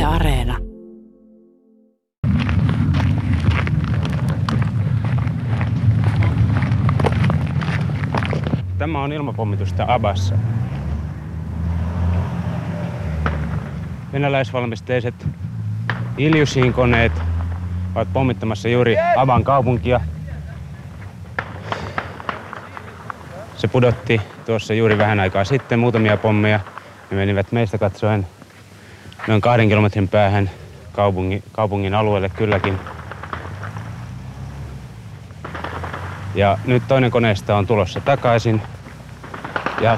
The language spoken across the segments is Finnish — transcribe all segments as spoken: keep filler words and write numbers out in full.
Yle Areena. Tämä on ilmapommitusta Abassa. Venäläisvalmisteiset Ilyushin-koneet ovat pommittamassa juuri Aban kaupunkia. Se pudotti tuossa juuri vähän aikaa sitten muutamia pommeja. Ne menivät meistä katsoen noin kahden kilometrin päähän kaupungin, kaupungin alueelle kylläkin. Ja nyt toinen koneesta on tulossa takaisin. Ja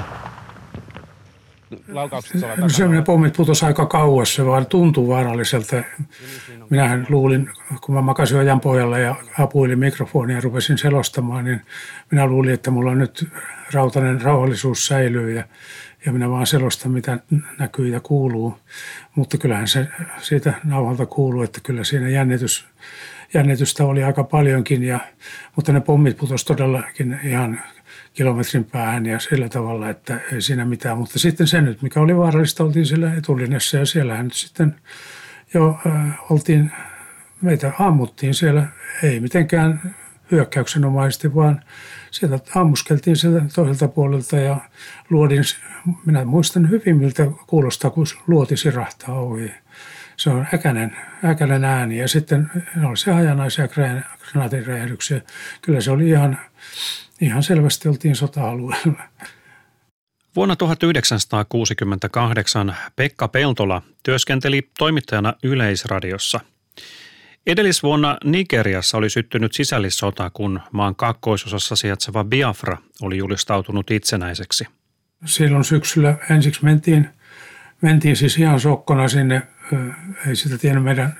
laukaukset ovat takana. Se pommit putosi aika kauas, se vaan tuntuu vaaralliselta. Minähän luulin, kun mä makasin ojan pohjalla ja apuilin mikrofonia ja rupesin selostamaan, niin minä luulin, että mulla on nyt rautainen rauhallisuus säilyy ja, ja minä vaan selostan, mitä näkyy ja kuuluu. Mutta kyllähän se siitä nauhalta kuuluu, että kyllä siinä jännitys, jännitystä oli aika paljonkin, ja, mutta ne pommit putosi todellakin ihan kilometrin päähän ja sillä tavalla, että ei siinä mitään. Mutta sitten se nyt, mikä oli vaarallista, oltiin siellä etulinjassa ja siellähän nyt sitten jo äh, oltiin, meitä ammuttiin siellä, ei mitenkään hyökkäyksenomaisesti, vaan sieltä ammuskeltiin sieltä toiselta puolelta ja luodin, minä muistan hyvin, miltä kuulostaa, kun luoti sirahtaa ohi. Se on äkäinen, äkäinen ääni ja sitten oli se hajanaisia granaatinräjähdyksiä. Kyllä se oli ihan, ihan selvästi oltiin sota-alueella. Vuonna tuhatyhdeksänsataakuusikymmentäkahdeksan Pekka Peltola työskenteli toimittajana Yleisradiossa. Edellisvuonna Nigeriassa oli syttynyt sisällissota, kun maan kaakkoisosassa sijaitseva Biafra oli julistautunut itsenäiseksi. Silloin syksyllä ensiksi mentiin, mentiin siis ihan sokkona sinne, ei sitä tiennyt meidän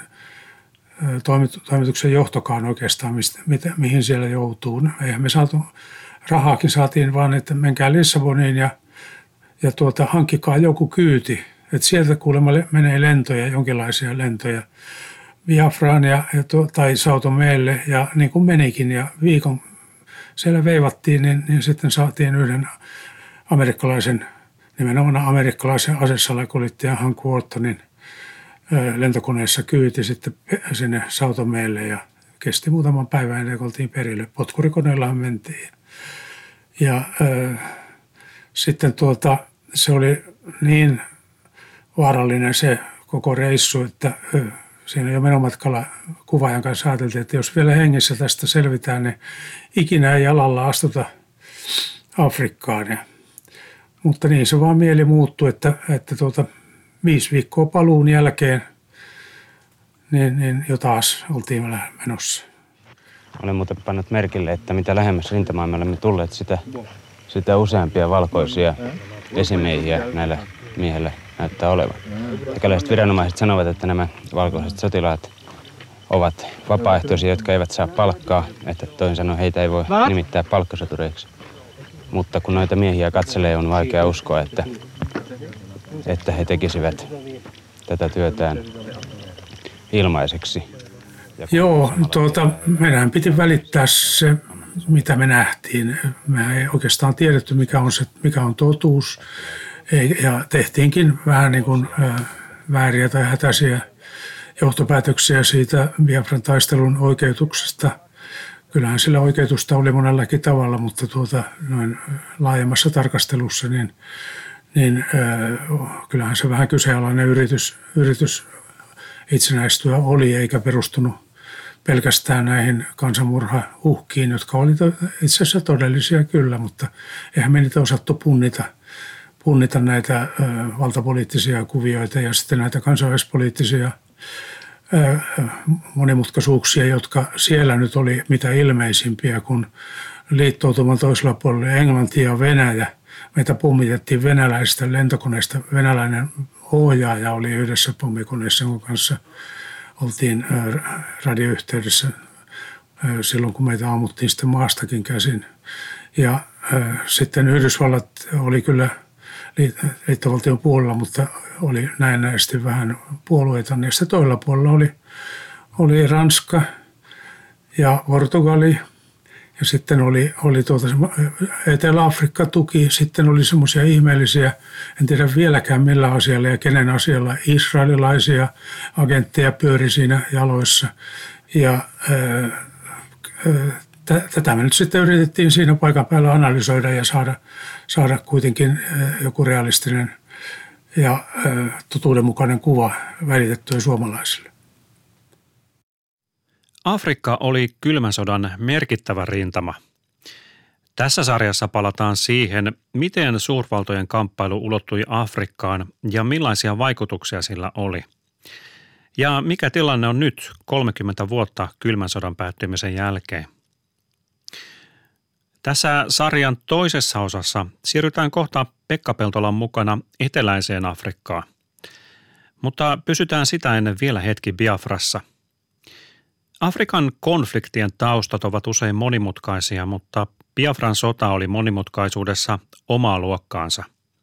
toimituksen johtokaan oikeastaan, mistä, mitä, mihin siellä joutuu. Eihän me saatu, rahaakin saatiin vaan, että menkää Lissaboniin ja, ja tuota, hankkikaa joku kyyti. Että sieltä kuulemma menee lentoja, jonkinlaisia lentoja Biafraan ja, ja to, tai Sao Tomelle ja niin kuin menikin ja viikon siellä veivattiin, niin, niin sitten saatiin yhden amerikkalaisen, nimenomaan amerikkalaisen asesalakuljettajan Hank Waltonin lentokoneessa kyyti sitten sinne Sao Tomelle ja kesti muutaman päivän ennen kuin oltiin perille. Potkurikoneellahan mentiin. Ja äh, sitten tuota, se oli niin vaarallinen se koko reissu, että äh, siinä jo menomatkalla kuvaajan kanssa ajateltiin, että jos vielä hengissä tästä selvitään, niin ikinä ei jalalla astuta Afrikkaan. Ja, mutta niin se vaan mieli muuttui, että, että tuota, viisi viikkoa paluun jälkeen niin, niin jo taas oltiin menossa. Olen muuten pannut merkille, että mitä lähemmäs rintamaa me olemme tulleet, sitä, sitä useampia valkoisia esimiehiä näillä miehillä näyttää olevan. Tekäläiset viranomaiset sanovat, että nämä valkoiset sotilaat ovat vapaaehtoisia, jotka eivät saa palkkaa, että toisin sanoen heitä ei voi nimittää palkkasotureiksi. Mutta kun noita miehiä katselee, on vaikea uskoa, että, että he tekisivät tätä työtään ilmaiseksi. Joo, tuota, meidän piti välittää se, mitä me nähtiin. Me ei oikeastaan tiedetty, mikä on, se, mikä on totuus. Ja tehtiinkin vähän niin kuin äh, vääriä tai hätäisiä johtopäätöksiä siitä Biafran taistelun oikeutuksesta. Kyllähän sillä oikeutusta oli monellakin tavalla, mutta tuota, noin laajemmassa tarkastelussa, niin, niin äh, kyllähän se vähän kyseenalainen yritys, yritys itsenäistyä oli, eikä perustunut pelkästään näihin kansanmurhauhkiin, jotka oli itse asiassa todellisia kyllä, mutta eihän me niitä osattu punnita. punnita näitä ö, valtapoliittisia kuvioita ja sitten näitä kansainvälispoliittisia ö, monimutkaisuuksia, jotka siellä nyt oli mitä ilmeisimpiä, kun liittoutuman toisella puolella Englanti ja Venäjä. Meitä pommitettiin venäläisistä lentokoneista. Venäläinen ohjaaja oli yhdessä pommikoneessa, jonka kanssa oltiin ö, radioyhteydessä ö, silloin, kun meitä ammuttiin sitten maastakin käsin. Ja ö, sitten Yhdysvallat oli kyllä liittovaltion puolella, mutta oli näennäisesti vähän puolueita. Ja sitten toisella puolella oli, oli Ranska ja Portugali Ja sitten oli, oli tuota, Etelä-Afrikka tuki, sitten oli semmoisia ihmeellisiä, en tiedä vieläkään millä asialla ja kenen asialla, israelilaisia agentteja pyöri siinä jaloissa. Ja ää, ää, tätä me nyt sitten yritettiin siinä paikan päällä analysoida ja saada, saada kuitenkin ää, joku realistinen ja ää, totuudenmukainen kuva välitettyä suomalaisille. Afrikka oli kylmän sodan merkittävä rintama. Tässä sarjassa palataan siihen, miten suurvaltojen kamppailu ulottui Afrikkaan ja millaisia vaikutuksia sillä oli. Ja mikä tilanne on nyt kolmekymmentä vuotta kylmän sodan päättymisen jälkeen. Tässä sarjan toisessa osassa siirrytään kohta Pekka Peltolan mukana eteläiseen Afrikkaan. Mutta pysytään sitä ennen vielä hetki Biafrassa. Afrikan konfliktien taustat ovat usein monimutkaisia, mutta Biafran sota oli monimutkaisuudessa omaa luokkaansa.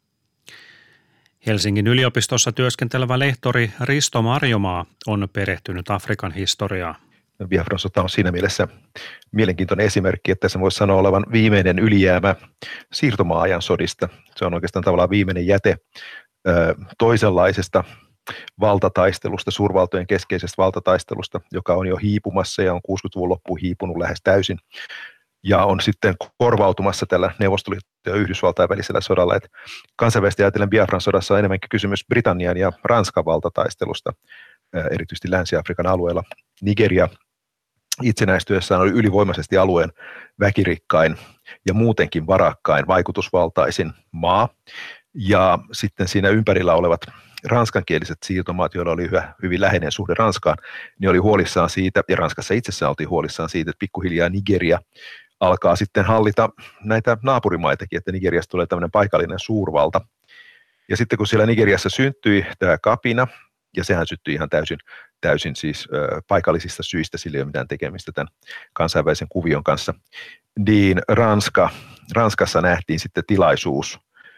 Helsingin yliopistossa työskentelevä lehtori Risto Marjomaa on perehtynyt Afrikan historiaan. Biafran sota on siinä mielessä mielenkiintoinen esimerkki, että se voisi sanoa olevan viimeinen ylijäämä siirtomaa-ajan sodista. Se on oikeastaan tavallaan viimeinen jäte ö, toisenlaisesta valtataistelusta, suurvaltojen keskeisestä valtataistelusta, joka on jo hiipumassa ja on kuusikymmentäluvun loppuun hiipunut lähes täysin. Ja on sitten korvautumassa tällä Neuvostoliiton ja Yhdysvaltain välisellä sodalla. Että kansainvälisesti ajatellen Biafran sodassa on enemmänkin kysymys Britannian ja Ranskan valtataistelusta, erityisesti Länsi-Afrikan alueella. Nigeria itsenäistyessään oli ylivoimaisesti alueen väkirikkain ja muutenkin varakkain, vaikutusvaltaisin maa. Ja sitten siinä ympärillä olevat ranskankieliset siirtomaat, joilla oli hyvä, hyvin läheinen suhde Ranskaan, niin oli huolissaan siitä, ja Ranskassa itsessään oltiin huolissaan siitä, että pikkuhiljaa Nigeria alkaa sitten hallita näitä naapurimaitakin, että Nigeriasta tulee tämmöinen paikallinen suurvalta. Ja sitten kun siellä Nigeriassa syntyi tämä kapina, ja sehän syttyi ihan täysin, täysin siis ö, paikallisista syistä, sillä ei ole mitään tekemistä tämän kansainvälisen kuvion kanssa, niin Ranska, Ranskassa nähtiin sitten tilaisuus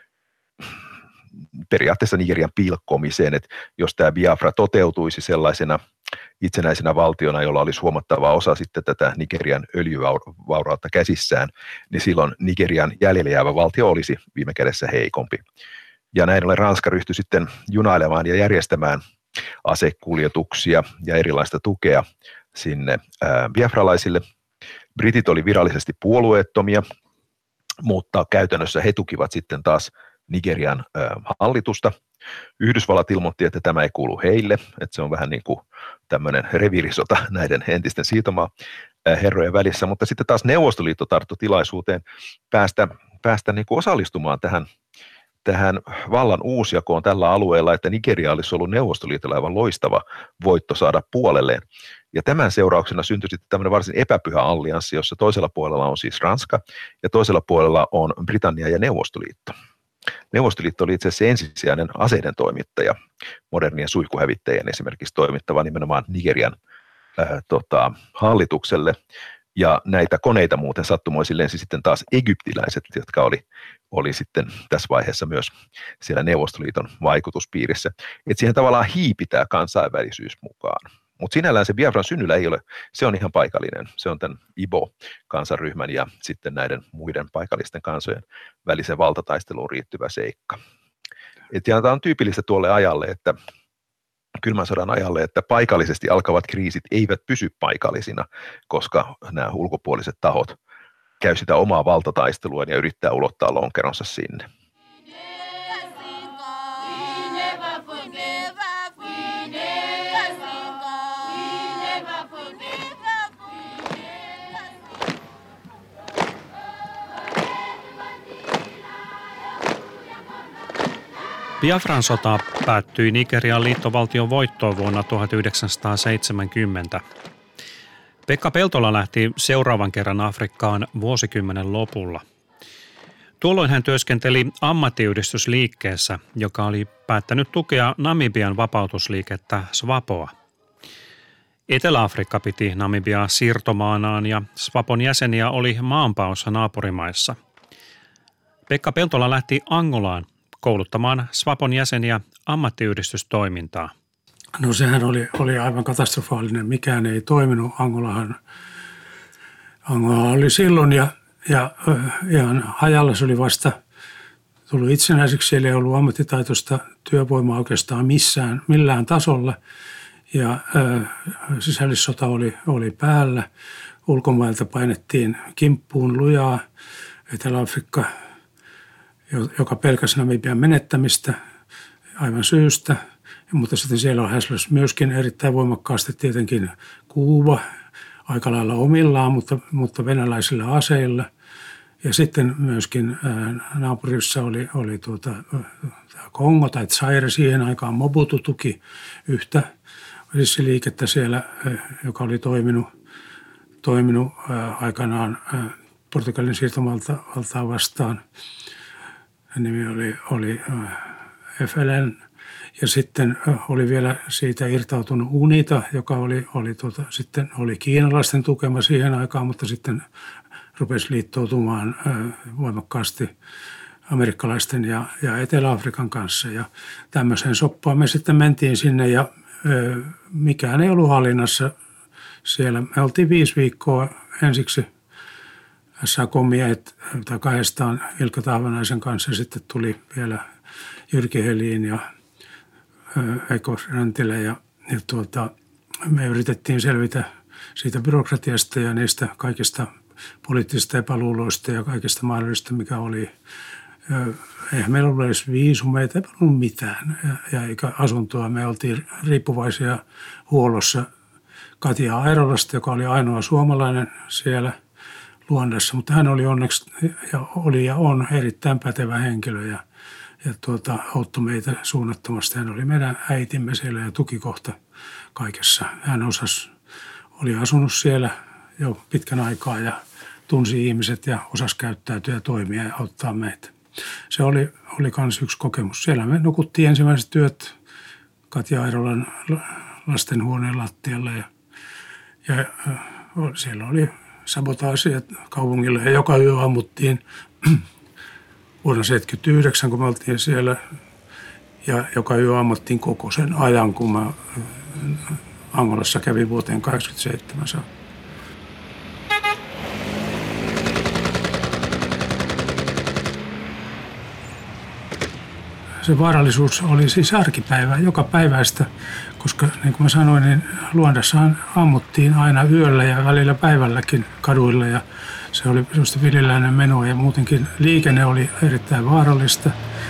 periaatteessa Nigerian pilkkomiseen, että jos tämä Biafra toteutuisi sellaisena itsenäisenä valtiona, jolla olisi huomattava osa sitten tätä Nigerian öljyvaurautta käsissään, niin silloin Nigerian jäljellä jäävä valtio olisi viime kädessä heikompi. Ja näin ollen Ranska ryhtyi sitten junailemaan ja järjestämään asekuljetuksia ja erilaista tukea sinne ää, biafralaisille. Britit oli virallisesti puolueettomia, mutta käytännössä he tukivat sitten taas Nigerian ää, hallitusta. Yhdysvallat ilmoitti, että tämä ei kuulu heille, että se on vähän niin kuin tämmöinen reviirisota näiden entisten siirtomaa herrojen välissä, mutta sitten taas Neuvostoliitto tarttui tilaisuuteen päästä, päästä niin kuin osallistumaan tähän, tähän vallan uusjakoon tällä alueella, että Nigeria olisi ollut Neuvostoliitolla aivan loistava voitto saada puolelleen. Ja tämän seurauksena syntyi sitten tämmöinen varsin epäpyhä allianssi, jossa toisella puolella on siis Ranska ja toisella puolella on Britannia ja Neuvostoliitto. Neuvostoliitto oli itse asiassa ensisijainen aseiden toimittaja, modernien suihkuhävittäjien esimerkiksi toimittava nimenomaan Nigerian ää, tota, hallitukselle. Ja näitä koneita muuten sattumoisin lensi sitten taas egyptiläiset, jotka oli, oli sitten tässä vaiheessa myös siellä Neuvostoliiton vaikutuspiirissä. Että siihen tavallaan hiipi tämä kansainvälisyys mukaan. Mutta sinällään se Biafran synnyllä ei ole, se on ihan paikallinen. Se on tämän Ibo-kansanryhmän ja sitten näiden muiden paikallisten kansojen välisen valtataisteluun riittyvä seikka. Et ja tämä on tyypillistä tuolle ajalle, että kylmän sodan ajalle, että paikallisesti alkavat kriisit eivät pysy paikallisina, koska nämä ulkopuoliset tahot käy sitä omaa valtataistelua ja yrittää ulottaa lonkeronsa sinne. Biafran sota päättyi Nigerian liittovaltion voittoon vuonna tuhatyhdeksänsataaseitsemänkymmentä. Pekka Peltola lähti seuraavan kerran Afrikkaan vuosikymmenen lopulla. Tuolloin hän työskenteli ammattiyhdistysliikkeessä, joka oli päättänyt tukea Namibian vapautusliikettä SWAPOa. Etelä-Afrikka piti Namibiaa siirtomaanaan ja SWAPOn jäseniä oli maanpaossa naapurimaissa. Pekka Peltola lähti Angolaan kouluttamaan SWAPOn jäseniä ammattiyhdistystoimintaa. No sehän oli, oli aivan katastrofaalinen. Mikään ei toiminut. Angolahan, Angola oli silloin ja, ja ihan hajalla se oli vasta tullut itsenäiseksi. Siellä ei ollut ammattitaitoista työvoimaa oikeastaan missään, millään tasolla. Ja ö, sisällissota oli, oli päällä. Ulkomailta painettiin kimppuun lujaa. Etelä-Afrikka, joka pelkäsi Namibian menettämistä aivan syystä. Mutta sitten siellä on häslässä myöskin erittäin voimakkaasti tietenkin Kuuba, aika lailla omillaan, mutta, mutta venäläisillä aseilla. Ja sitten myöskin naapurissa oli, oli tuota, Kongo tai Zaire siihen aikaan. Mobutu tuki yhtä liikettä siellä, joka oli toiminut, toiminut aikanaan Portugalin siirtovaltaa vastaan. Nimi oli, oli F L N. Ja sitten oli vielä siitä irtautunut UNITA, joka oli, oli, tuota, sitten oli kiinalaisten tukema siihen aikaan, mutta sitten rupesi liittoutumaan voimakkaasti amerikkalaisten ja, ja Etelä-Afrikan kanssa. Ja tämmöiseen soppaan me sitten mentiin sinne ja ö, mikään ei ollut hallinnassa siellä. Me oltiin viisi viikkoa ensiksi S A K-miehet tai kahdestaan Ilkka Tahvanaisen kanssa. Sitten tuli vielä Jyrki Helin ja Eiko Rantilä ja, ja tuota, me yritettiin selvitä siitä byrokratiasta ja niistä kaikista poliittisista epäluuloista ja kaikista mahdollista, mikä oli. Eihän meillä ollut edes viisumeita, ei ollut mitään ja, ja eikä asuntoa. Me oltiin riippuvaisia huollossa Katia Airolasta, joka oli ainoa suomalainen siellä Luandassa, mutta hän oli onneksi ja oli ja on erittäin pätevä henkilö ja Ja tuota, auttoi meitä suunnattomasti. Hän oli meidän äitimme siellä ja tukikohta kaikessa. Hän osasi, oli asunut siellä jo pitkän aikaa ja tunsi ihmiset ja osasi käyttäytyä ja toimia ja auttaa meitä. Se oli, oli myös yksi kokemus. Siellä me nukuttiin ensimmäiset työt Katja Airolan lastenhuoneen lattialla ja, ja siellä oli sabotaasia kaupungilla ja joka yö ammuttiin vuonna tuhatyhdeksänsataaseitsemänkymmentäyhdeksän, kun me oltiin siellä, ja joka yö ammuttiin koko sen ajan, kun mä Angolassa kävin vuoteen kahdeksankymmentäseitsemän saakka. Se vaarallisuus oli siis arkipäivää, joka päiväistä, koska niin kuin mä sanoin, niin Luandassahan ammuttiin aina yöllä ja välillä päivälläkin kaduilla ja se oli sellaista villilläinen menoa ja muutenkin liikenne oli erittäin vaarallista.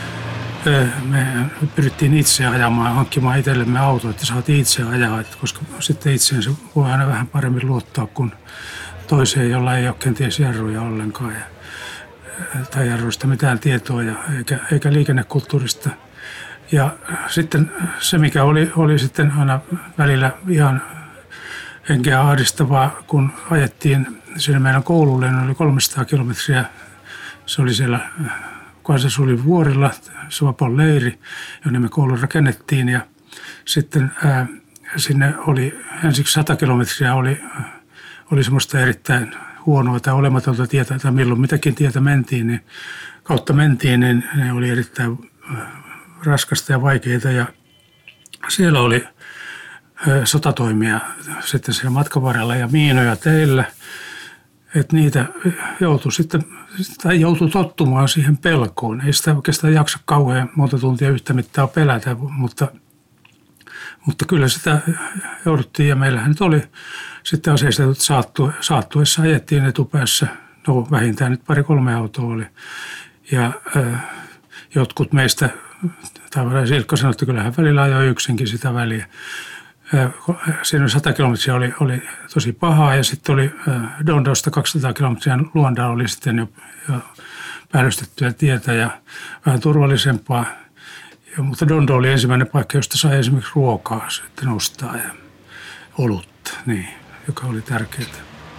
Me pyrittiin itse ajamaan, hankkimaan itsellemme auto, että saatiin itse ajaa, koska sitten itseen se voi aina vähän paremmin luottaa kuin toiseen, jolla ei ole kenties jarruja ollenkaan ja, tai jarruista mitään tietoa ja, eikä, eikä liikennekulttuurista. Ja sitten se, mikä oli, oli sitten aina välillä ihan henkeä ahdistavaa, kun ajettiin sinne meidän koululle, oli kolmesataa kilometriä. Se oli siellä Kansasuli vuorilla, Svapon leiri, jonne me koulun rakennettiin. Ja sitten ää, sinne oli ensiksi sata kilometriä oli, oli semmoista erittäin huonoa tai olematonta tietä, tai milloin mitäkin tietä mentiin, niin kautta mentiin, niin ne oli erittäin raskasta ja vaikeita. Ja siellä oli sotatoimia sitten siellä matkan varrella ja miinoja teillä, että niitä joutui sitten, tai joutui tottumaan siihen pelkoon. Ei sitä oikeastaan jaksa kauhean monta tuntia yhtä mittaa pelätä, mutta, mutta kyllä sitä jouduttiin ja meillähän nyt oli sitten aseistetut saattu, saattuessa ajettiin etupäässä, no vähintään nyt pari-kolme autoa oli ja äh, jotkut meistä, tai Silkka sanoi, että kyllähän välillä ajoi yksinkin sitä väliä. Siinä sata kilometriä oli, oli tosi pahaa ja sitten oli Dondosta kaksisataa kilometriä Luanda oli sitten jo, jo päällystettyä tietä ja vähän turvallisempaa. Ja, mutta Dondo oli ensimmäinen paikka, josta sai esimerkiksi ruokaa sitten ostaa ja olutta, niin, joka oli tärkeää.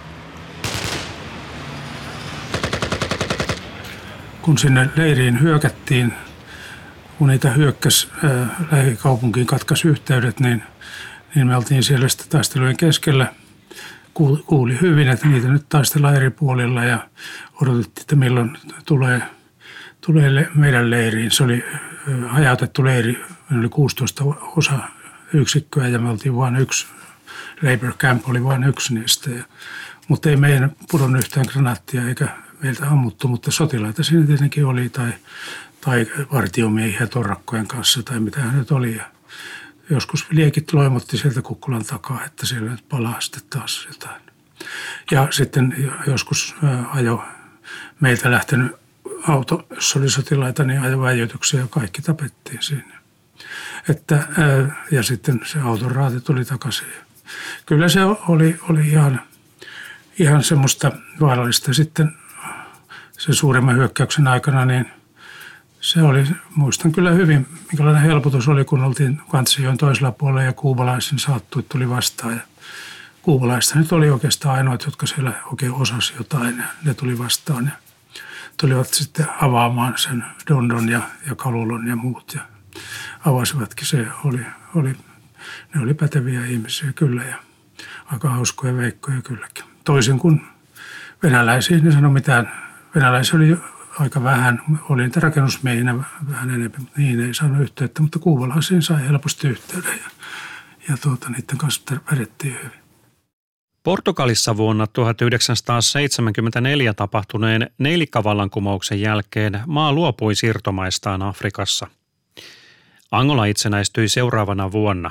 Kun sinne leiriin hyökättiin, kun niitä hyökkäsi äh, lähikaupunkiin, katkaisi yhteydet, niin niin me oltiin siellä sitten taistelujen keskellä. Kuuli hyvin, että niitä nyt taistellaan eri puolilla ja odotettiin, että milloin tulee, tulee meidän leiriin. Se oli hajautettu leiri, meillä oli kuusitoista osa yksikköä ja me oltiin vain yksi, Labour Camp oli vain yksi niistä. Ja mutta ei meidän pudonnut yhtään granaattia eikä meiltä ammuttu, mutta sotilaita siinä tietenkin oli tai, tai vartiomiehiä torrakkojen kanssa tai mitä hän nyt oli. Ja joskus liekit loimotti sieltä kukkulan takaa, että siellä nyt palaa sitten taas jotain. Ja sitten joskus ajo meiltä lähtenyt auto, jossa oli sotilaita, niin ajo väijytyksiä ja kaikki tapettiin siinä. Että, ja sitten se auton raati tuli takaisin. Kyllä se oli, oli ihan, ihan semmoista vaarallista. Sitten sen suurimman hyökkäyksen aikana, niin se oli, muistan kyllä hyvin, minkälainen helpotus oli, kun oltiin Kvantsijoen toisella puolella ja kuubalaisin saattuit tuli vastaan. Ja kuubalaista nyt oli oikeastaan ainoat, jotka siellä oikein osasi jotain ja ne tuli vastaan. Ja tulivat sitten avaamaan sen Dondon ja, ja Kalulon ja muut ja avasivatkin. Se oli, oli, ne oli päteviä ihmisiä kyllä ja aika hauskoja veikkoja kylläkin. Toisin kuin venäläisiä, ne sanoi mitään. Venäläisiä oli aika vähän, oli niitä rakennusmiehinä vähän enemmän, mutta niihin ei saanut yhteyttä, mutta kuubalaisiin sai helposti yhteyden ja, ja tuota, niiden kanssa pärjättiin hyvin. Portugalissa vuonna tuhatyhdeksänsataaseitsemänkymmentäneljä tapahtuneen neilikkavallankumouksen jälkeen maa luopui siirtomaistaan Afrikassa. Angola itsenäistyi seuraavana vuonna.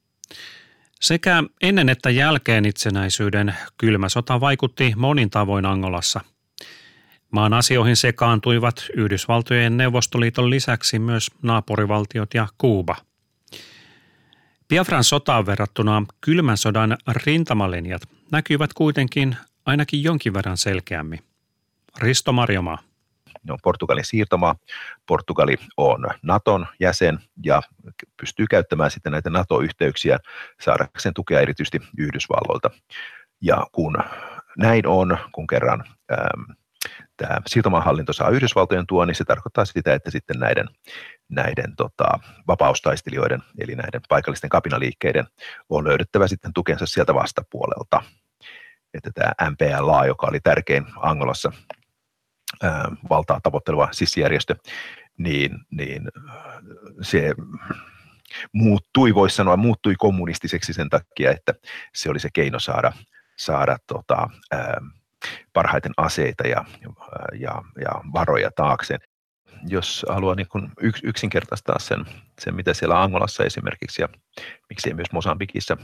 Sekä ennen että jälkeen itsenäisyyden kylmä sota vaikutti monin tavoin Angolassa. Maan asioihin sekaantuivat Yhdysvaltojen Neuvostoliiton lisäksi myös naapurivaltiot ja Kuuba. Biafran sotaan verrattuna kylmän sodan rintamalinjat näkyvät kuitenkin ainakin jonkin verran selkeämmin. Risto Marjomaa. Ne on Portugalin siirtomaa. Portugali on Naton jäsen ja pystyy käyttämään sitten näitä NATO-yhteyksiä saadakseen tukea erityisesti Yhdysvalloilta. Ja kun näin on, kun kerran ähm, tämä siirtomaahallinto saa Yhdysvaltojen tuon, niin se tarkoittaa sitä, että sitten näiden, näiden tota, vapaustaistelijoiden, eli näiden paikallisten kapinaliikkeiden on löydettävä sitten tukensa sieltä vastapuolelta. Että tämä M P L A, joka oli tärkein Angolassa ää, valtaa tavoitteleva sissijärjestö, niin, niin se muuttui, voisi sanoa, muuttui kommunistiseksi sen takia, että se oli se keino saada, saada tota, ää, parhaiten aseita ja, ja, ja varoja taakseen. Jos haluaa niin kuin yksinkertaistaa sen, sen, mitä siellä Angolassa esimerkiksi ja miksei myös Mosambikissa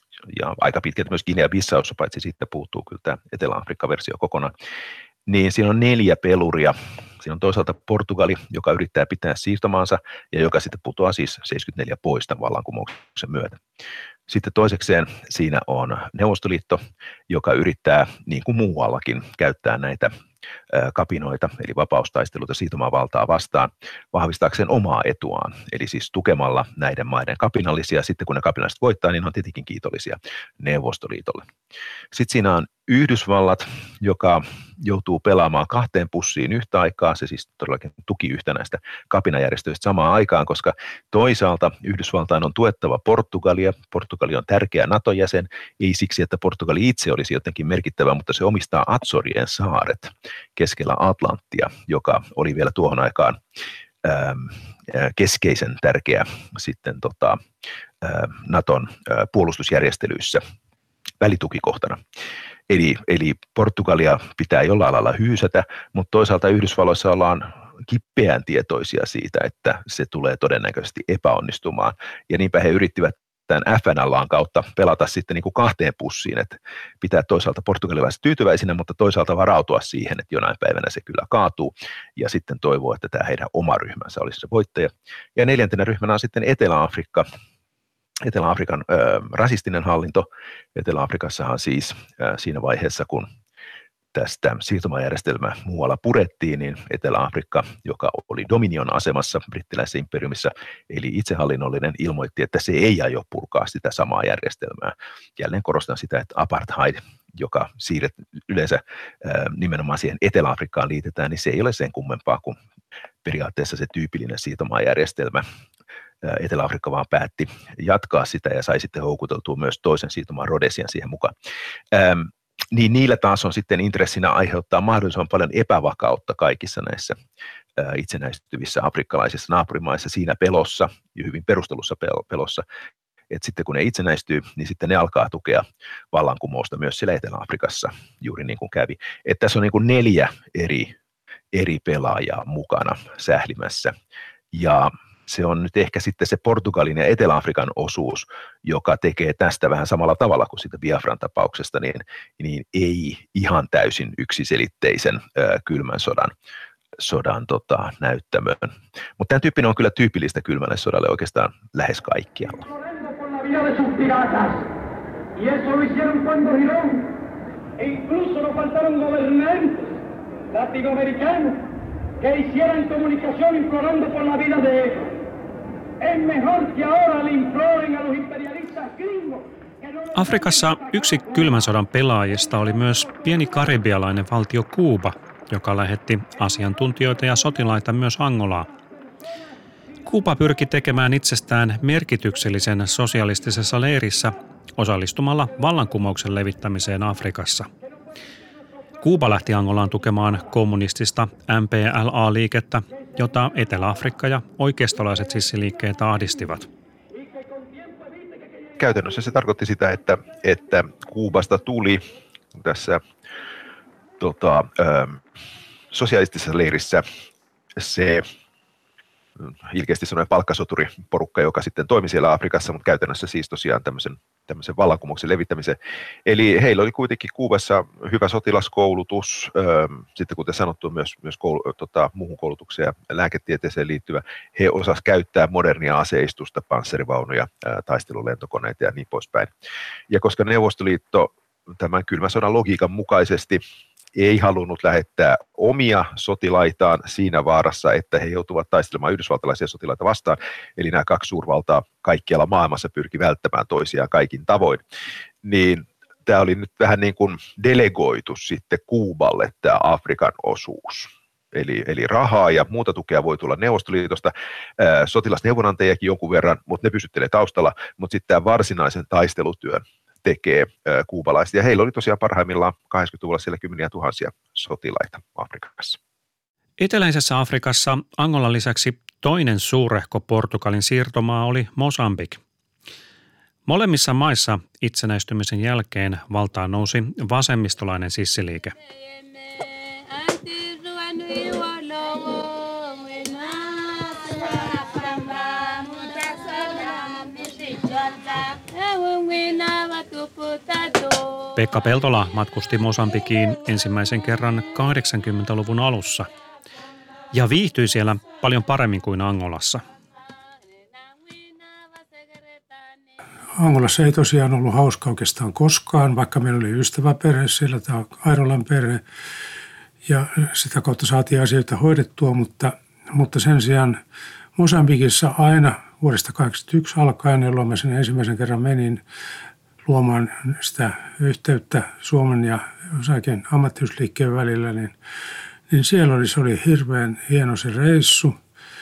ja aika pitkälti myös Guinea-Bissaussa, paitsi sitten puuttuu kyllä tämä Etelä-Afrikka-versio kokonaan, niin siinä on neljä peluria. Siinä on toisaalta Portugali, joka yrittää pitää siirtomaansa ja joka sitten putoaa siis seitsemänkymmentäneljä pois tämän vallankumouksen myötä. Sitten toisekseen siinä on Neuvostoliitto, joka yrittää niin kuin muuallakin käyttää näitä kapinoita, eli vapaustaisteluita siirtomaavaltaa vastaan, vahvistaakseen omaa etuaan, eli siis tukemalla näiden maiden kapinallisia. Sitten kun ne kapinalliset voittaa, niin on tietenkin kiitollisia Neuvostoliitolle. Sitten siinä on Yhdysvallat, joka joutuu pelaamaan kahteen pussiin yhtä aikaa. Se siis todellakin tuki yhtä näistä kapinajärjestöistä samaan aikaan, koska toisaalta Yhdysvaltain on tuettava Portugalia. Portugali on tärkeä NATO-jäsen, ei siksi, että Portugali itse olisi jotenkin merkittävä, mutta se omistaa Azorien saaret keskellä Atlanttia, joka oli vielä tuohon aikaan ähm, keskeisen tärkeä sitten tota, äh, Naton äh, puolustusjärjestelyissä välitukikohtana. Eli, eli Portugalia pitää jollain lailla hyysätä, mutta toisaalta Yhdysvalloissa ollaan kipeän tietoisia siitä, että se tulee todennäköisesti epäonnistumaan. Ja niinpä he yrittivät tämän F N L A:n kautta pelata sitten niin kuin kahteen pussiin, että pitää toisaalta portugalilaiset tyytyväisinä, mutta toisaalta varautua siihen, että jonain päivänä se kyllä kaatuu, ja sitten toivoo, että tämä heidän oma ryhmänsä olisi se voittaja. Ja neljäntenä ryhmänä on sitten Etelä-Afrikka, Etelä-Afrikan ö, rasistinen hallinto. Etelä-Afrikassahan siis ö, siinä vaiheessa, kun tästä siirtomaajärjestelmää muualla purettiin, niin Etelä-Afrikka, joka oli dominion asemassa brittiläisessä imperiumissa, eli itsehallinnollinen, ilmoitti, että se ei aio purkaa sitä samaa järjestelmää. Jälleen korostan sitä, että apartheid, joka siirret yleensä ää, nimenomaan siihen Etelä-Afrikkaan liitetään, niin se ei ole sen kummempaa kuin periaatteessa se tyypillinen siirtomaajärjestelmä. Etelä-Afrikka vaan päätti jatkaa sitä ja sai sitten houkuteltua myös toisen siirtomaan Rhodesian siihen mukaan. Ähm, niin niillä taas on sitten intressinä aiheuttaa mahdollisimman paljon epävakautta kaikissa näissä äh, itsenäistyvissä afrikkalaisissa naapurimaissa siinä pelossa, ja hyvin perustelussa pelossa, että sitten kun ne itsenäistyy, niin sitten ne alkaa tukea vallankumousta myös siellä Etelä-Afrikassa, juuri niin kuin kävi. Että tässä on niin kuin neljä eri, eri pelaajaa mukana sählimässä, ja se on nyt ehkä sitten se Portugalin ja Etelä-Afrikan osuus, joka tekee tästä vähän samalla tavalla kuin siitä Biafran tapauksesta, niin, niin ei ihan täysin yksiselitteisen äh, kylmän sodan, sodan tota, näyttämön. Mutta tämän tyyppinen on kyllä tyypillistä kylmälle sodalle oikeastaan lähes kaikkialla. Que hicieran comunicación implorando por la vida de ellos. Es mejor que ahora le imploren a los imperialistas gringos. Afrikassa yksi kylmän sodan pelaajista oli myös pieni karibialainen valtio Kuuba, joka lähetti asiantuntijoita ja sotilaita myös Angolaan. Kuuba pyrki tekemään itsestään merkityksellisen sosialistisessa leirissä osallistumalla vallankumouksen levittämiseen Afrikassa. Kuuba lähti Angolaan tukemaan kommunistista M P L A-liikettä, jota Etelä-Afrikka ja oikeistolaiset sissiliikkeet ahdistivat. Käytännössä se tarkoitti sitä, että, että Kuubasta tuli tässä tota, ähm, sosialistisessa leirissä se ilkeästi sellainen palkkasoturiporukka, joka sitten toimi siellä Afrikassa, mutta käytännössä siis tosiaan tämmöisen, tämmöisen vallankumouksen levittämisen. Eli heillä oli kuitenkin Kuubassa hyvä sotilaskoulutus, ähm, sitten kuten sanottu myös, myös koulu, tota, muuhun koulutukseen ja lääketieteeseen liittyvä. He osasivat käyttää modernia aseistusta, panssarivaunuja, äh, taistelulentokoneita ja niin poispäin. Ja koska Neuvostoliitto tämän kylmän sodan logiikan mukaisesti ei halunnut lähettää omia sotilaitaan siinä vaarassa, että he joutuvat taistelemaan yhdysvaltalaisia sotilaita vastaan. Eli nämä kaksi suurvaltaa kaikkialla maailmassa pyrki välttämään toisiaan kaikin tavoin. Niin tämä oli nyt vähän niin kuin delegoitu sitten Kuuballe tämä Afrikan osuus. Eli, eli rahaa ja muuta tukea voi tulla Neuvostoliitosta, ää, sotilasneuvonantajakin jonkun verran, mutta ne pysyttelee taustalla, mutta sitten tämä varsinaisen taistelutyön tekee äh, kuubalaiset. Ja heillä oli tosiaan parhaimmillaan kahdeksankymmentäluvulla siellä kymmeniä tuhansia sotilaita Afrikassa. Eteläisessä Afrikassa Angolan lisäksi toinen suurehko Portugalin siirtomaa oli Mosambik. Molemmissa maissa itsenäistymisen jälkeen valtaan nousi vasemmistolainen sissiliike. Pekka Peltola matkusti Mosambikiin ensimmäisen kerran kahdeksankymmentäluvun alussa ja viihtyi siellä paljon paremmin kuin Angolassa. Angolassa ei tosiaan ollut hauska oikeastaan koskaan, vaikka meillä oli ystäväperhe siellä, tämä Airolan perhe, ja sitä kautta saatiin asioita hoidettua, mutta, mutta sen sijaan Mosambikissa aina vuodesta kahdeksankymmentäyksi alkaen, jolloin mä sen ensimmäisen kerran menin luomaan sitä yhteyttä Suomen ja osakin ammattiyhdistysliikkeen välillä, niin, niin siellä oli, se oli hirveän hieno se reissu.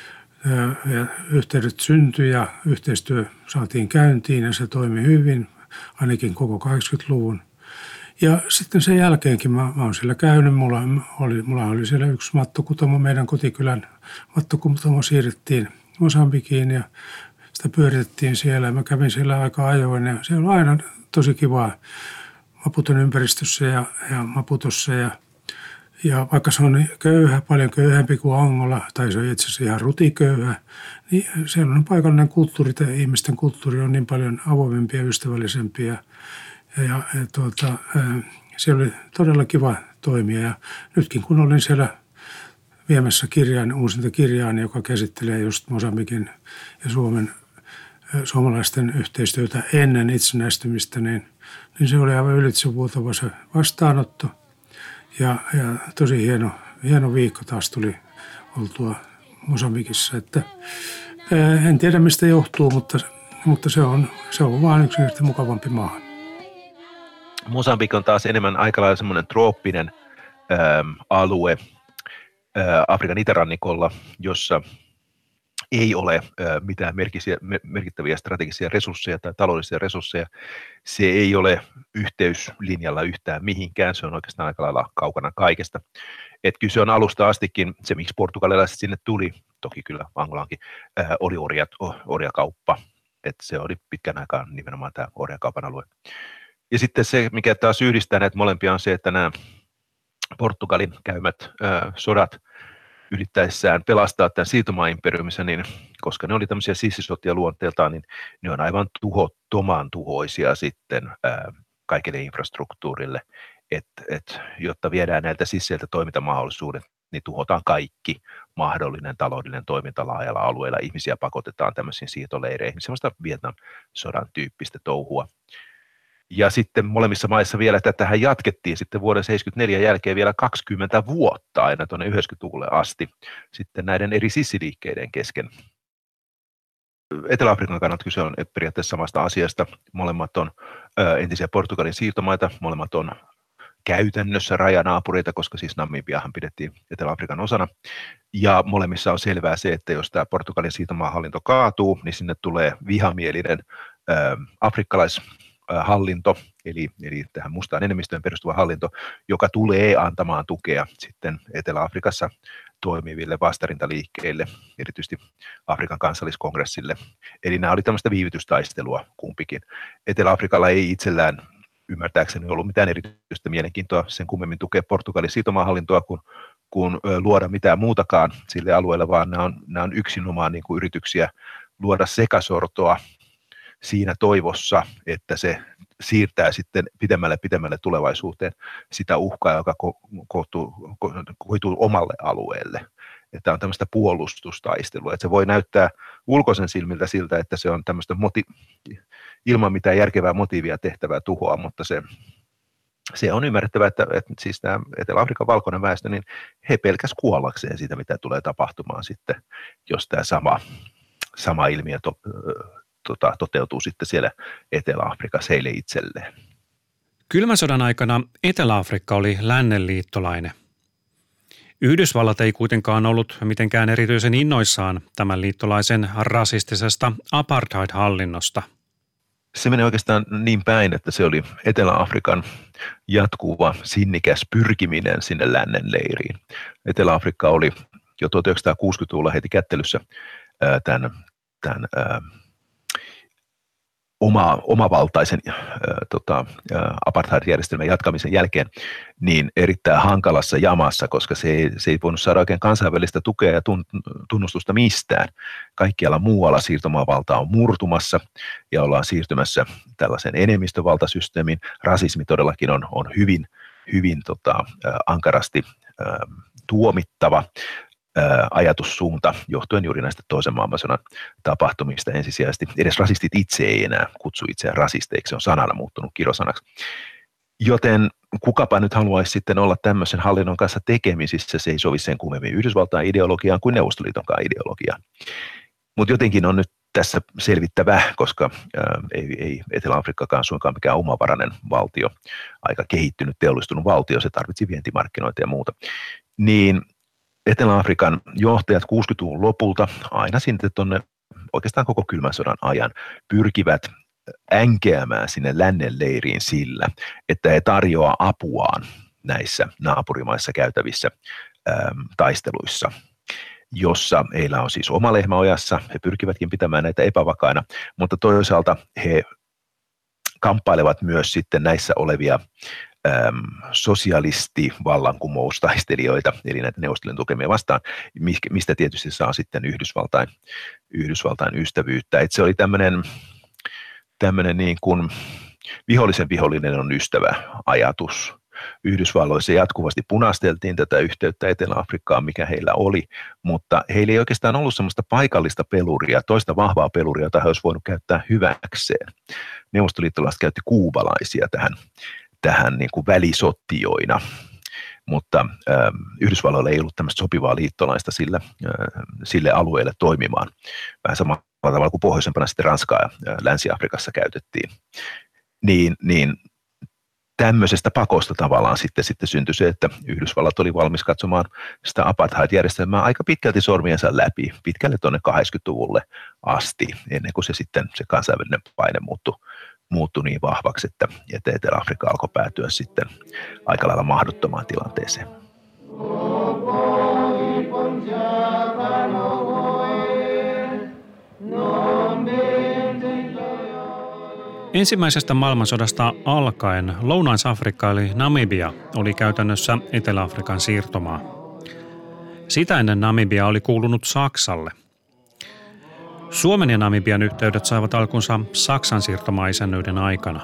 Ja yhteydet syntyi ja yhteistyö saatiin käyntiin ja se toimi hyvin, ainakin koko kahdeksankymmentäluvun. Ja sitten sen jälkeenkin mä, mä oon siellä käynyt, mulla oli, mulla oli siellä yksi mattokutomo, meidän kotikylän mattokutomo siirrettiin Mosambikiin ja sitä pyöritettiin siellä. Mä kävin siellä aika ajoin ja se oli aina tosi kivaa Maputon ympäristössä ja, ja Maputossa. Ja, ja vaikka se on köyhä, paljon köyhempi kuin Angola, tai se on itse asiassa ihan rutiköyhä, niin siellä on paikallinen kulttuuri, ja ihmisten kulttuuri on niin paljon avoimempia ja ystävällisempiä. Ja, ja, ja tuota, siellä oli todella kiva toimia ja nytkin kun olin siellä viemässä kirjaan, uusinta kirjaan, joka käsittelee just Mosambikin ja Suomen suomalaisten yhteistyötä ennen itsenäistymistä, niin, niin se oli aivan ylitsevuotava se vastaanotto. Ja, ja tosi hieno, hieno viikko taas tuli oltua Mosambikissa. Että, ää, en tiedä mistä johtuu, mutta, mutta se on, se on vaan yksinkertaisesti mukavampi maa. Mosambik on taas enemmän aika lailla semmoinen trooppinen ää, alue ää, Afrikan itärannikolla, jossa ei ole ää, mitään merkittäviä strategisia resursseja tai taloudellisia resursseja. Se ei ole yhteyslinjalla yhtään mihinkään, se on oikeastaan aika lailla kaukana kaikesta. Et kyllä se on alusta astikin, se miksi portugalilaiset sinne tuli, toki kyllä Angolankin, ää, oli orjat, orjakauppa. että se oli pitkän aikaa nimenomaan tämä orjakaupan alue. Ja sitten se, mikä taas yhdistää näitä molempia, on se, että nämä Portugalin käymät ää, sodat yrittäessään pelastaa tämän siirtomaa-imperiumissa, niin koska ne oli tämmöisiä sissisotia luonteeltaan, niin ne on aivan tuhottoman tuhoisia sitten ää, kaikille infrastruktuurille, että et, jotta viedään näiltä sisseiltä toimintamahdollisuudet, niin tuhotaan kaikki mahdollinen taloudellinen toiminta laajalla alueella. Ihmisiä pakotetaan tämmöisiin siirtoleireihin, semmoista Vietnam-sodan tyyppistä touhua. Ja sitten molemmissa maissa vielä tätähän jatkettiin sitten vuoden seitsemänkymmentäneljä jälkeen vielä kaksikymmentä vuotta aina tuonne yhdeksänkymmentäluvulle asti sitten näiden eri sissiliikkeiden kesken. Etelä-Afrikan kannalta kyse on periaatteessa samasta asiasta. Molemmat on ö, entisiä Portugalin siirtomaita, molemmat on käytännössä rajanaapureita, koska siis Namibiahan pidettiin Etelä-Afrikan osana. Ja molemmissa on selvää se, että jos tämä Portugalin siirtomaahallinto kaatuu, niin sinne tulee vihamielinen ö, afrikkalais hallinto, eli, eli tähän mustaan enemmistöön perustuva hallinto, joka tulee antamaan tukea sitten Etelä-Afrikassa toimiville vastarintaliikkeille, erityisesti Afrikan kansalliskongressille. Eli nämä oli tämmöistä viivytystaistelua kumpikin. Etelä-Afrikalla ei itsellään ymmärtääkseni ollut mitään erityistä mielenkiintoa sen kummemmin tukea Portugalin siirtomaahallintoa kuin, kuin luoda mitään muutakaan sille alueelle, vaan nämä on, nämä on yksinomaan niin kuin yrityksiä luoda sekasortoa siinä toivossa, että se siirtää sitten pidemmälle pidemmälle tulevaisuuteen sitä uhkaa, joka ko- koituu, ko- koituu omalle alueelle. Että on tämmöistä puolustustaistelua, että se voi näyttää ulkoisen silmiltä siltä, että se on tämmöistä moti- ilman mitään järkevää motiivia tehtävää tuhoa, mutta se, se on ymmärrettävää, että, että siis tämä Etelä-Afrikan valkoinen väestö, niin he pelkäs kuollakseen siitä, mitä tulee tapahtumaan sitten, jos tämä sama, sama ilmiö to, tota, toteutuu sitten siellä Etelä-Afrikassa heille itselleen. Kylmän sodan aikana Etelä-Afrikka oli lännen liittolainen. Yhdysvallat ei kuitenkaan ollut mitenkään erityisen innoissaan tämän liittolaisen rasistisesta apartheid-hallinnosta. Se meni oikeastaan niin päin, että se oli Etelä-Afrikan jatkuva sinnikäs pyrkiminen sinne lännen leiriin. Etelä-Afrikka oli jo tuhatyhdeksänsataakuusikymmentäluvulla heti kättelyssä ää, tämän, tämän ää, oma, omavaltaisen ää, tota, ää, apartheid-järjestelmän jatkamisen jälkeen niin erittäin hankalassa jamassa, koska se ei, se ei voinut saada oikein kansainvälistä tukea ja tunnustusta mistään. Kaikkialla muualla siirtomaavalta on murtumassa ja ollaan siirtymässä tällaisen enemmistövaltasysteemiin. Rasismi todellakin on, on hyvin, hyvin tota, ää, ankarasti ää, tuomittava ajatussuunta johtuen juuri näistä toisen maailmansodan tapahtumista ensisijaisesti. Edes rasistit itse ei enää kutsu itseään rasisteiksi, se on sanana muuttunut kirosanaksi. Joten kukapa nyt haluaisi sitten olla tämmöisen hallinnon kanssa tekemisissä, se ei sovi sen kummemmin Yhdysvaltain ideologiaan kuin Neuvostoliitonkaan ideologiaan. Mutta jotenkin on nyt tässä selvittävä, koska ää, ei, ei Etelä-Afrikkakaan suinkaan mikään omavarainen valtio, aika kehittynyt, teollistunut valtio, se tarvitsi vientimarkkinoita ja muuta. Niin Etelä-Afrikan johtajat kuusikymmentäluvun lopulta aina sitten tuonne oikeastaan koko kylmän sodan ajan pyrkivät änkeämään sinne lännen leiriin sillä, että he tarjoaa apuaan näissä naapurimaissa käytävissä äm, taisteluissa, jossa heillä on siis oma lehmä ojassa, he pyrkivätkin pitämään näitä epävakaina, mutta toisaalta he kamppailevat myös sitten näissä olevia sosialistivallankumoustaistelijoita, eli näitä Neuvostoliiton tukemia vastaan, mistä tietysti saa sitten Yhdysvaltain, Yhdysvaltain ystävyyttä. Et se oli tämmöinen, tämmöinen niin kuin vihollisen vihollinen on ystävä ajatus. Yhdysvalloissa jatkuvasti punasteltiin tätä yhteyttä Etelä-Afrikkaan, mikä heillä oli, mutta heillä ei oikeastaan ollut sellaista paikallista peluria, toista vahvaa peluria, jota he olisivat voinut käyttää hyväkseen. Neuvostoliittolaiset käytti kuubalaisia tähän tähän niin kuin välisottijoina, mutta äh, Yhdysvalloilla ei ollut tämmöistä sopivaa liittolaista sille, äh, sille alueelle toimimaan. Vähän samalla tavalla kuin pohjoisempana sitten Ranskaa ja äh, Länsi-Afrikassa käytettiin. Niin, niin tämmöisestä pakosta tavallaan sitten, sitten syntyi se, että Yhdysvallat oli valmis katsomaan sitä apartheid-järjestelmää aika pitkälti sormiensa läpi, pitkälle tuonne kahdeksankymmentäluvulle asti, ennen kuin se sitten se kansainvälinen paine muuttui muuttui niin vahvaksi, että, että Etelä-Afrikka alkoi päätyä sitten aika lailla mahdottomaan tilanteeseen. No Ensimmäisestä maailmansodasta alkaen Lounais-Afrikka eli Namibia oli käytännössä Etelä-Afrikan siirtomaa. Sitä ennen Namibia oli kuulunut Saksalle. Suomen ja Namibian yhteydet saivat alkunsa Saksan siirtomaa-isännyyden aikana.